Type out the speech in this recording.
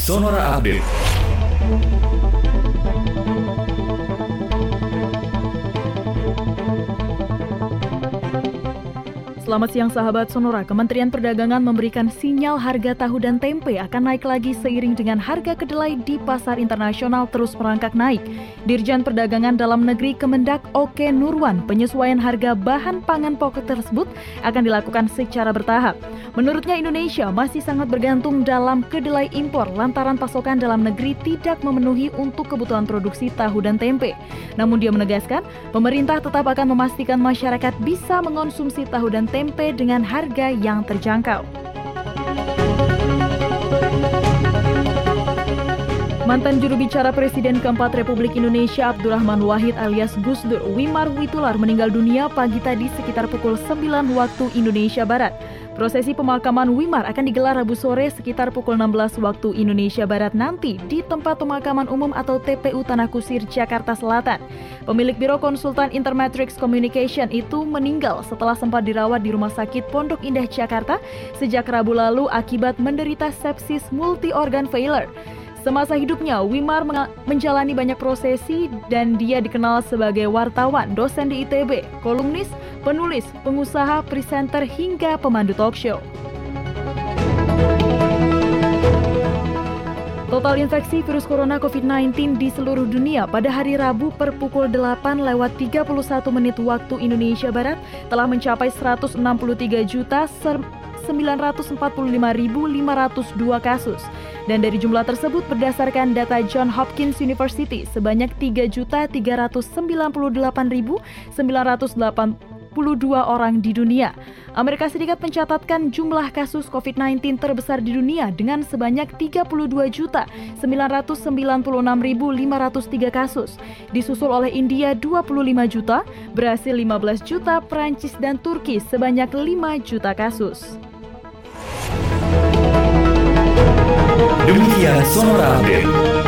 Sonora Update. Selamat siang sahabat Sonora, Kementerian Perdagangan memberikan sinyal harga tahu dan tempe akan naik lagi seiring dengan harga kedelai di pasar internasional terus merangkak naik. Dirjen Perdagangan Dalam Negeri Kemendak Oke Nurwan, penyesuaian harga bahan pangan pokok tersebut akan dilakukan secara bertahap. Menurutnya Indonesia masih sangat bergantung dalam kedelai impor lantaran pasokan dalam negeri tidak memenuhi untuk kebutuhan produksi tahu dan tempe. Namun dia menegaskan, pemerintah tetap akan memastikan masyarakat bisa mengonsumsi tahu dan tempe dengan harga yang terjangkau. Mantan juru bicara Presiden keempat Republik Indonesia Abdurrahman Wahid alias Gus Dur, Wimar Witular meninggal dunia pagi tadi sekitar pukul 9 waktu Indonesia Barat. Prosesi pemakaman Wimar akan digelar Rabu sore sekitar pukul 16 waktu Indonesia Barat nanti di tempat pemakaman umum atau TPU Tanah Kusir, Jakarta Selatan. Pemilik Biro Konsultan Intermatrix Communication itu meninggal setelah sempat dirawat di Rumah Sakit Pondok Indah, Jakarta sejak Rabu lalu akibat menderita sepsis multi-organ failure. Semasa hidupnya, Wimar menjalani banyak prosesi dan dia dikenal sebagai wartawan, dosen di ITB, kolumnis, penulis, pengusaha, presenter, hingga pemandu talk show. Total infeksi virus corona COVID-19 di seluruh dunia pada hari Rabu per pukul 8:31 waktu Indonesia Barat telah mencapai 163.945.502 kasus. Dan dari jumlah tersebut berdasarkan data Johns Hopkins University sebanyak 3.398.982 orang di dunia. Amerika Serikat mencatatkan jumlah kasus COVID-19 terbesar di dunia dengan sebanyak 32.996.503 kasus. Disusul oleh India 25 juta, Brasil 15 juta, Prancis dan Turki sebanyak 5 juta kasus. Demikian Sonora Update.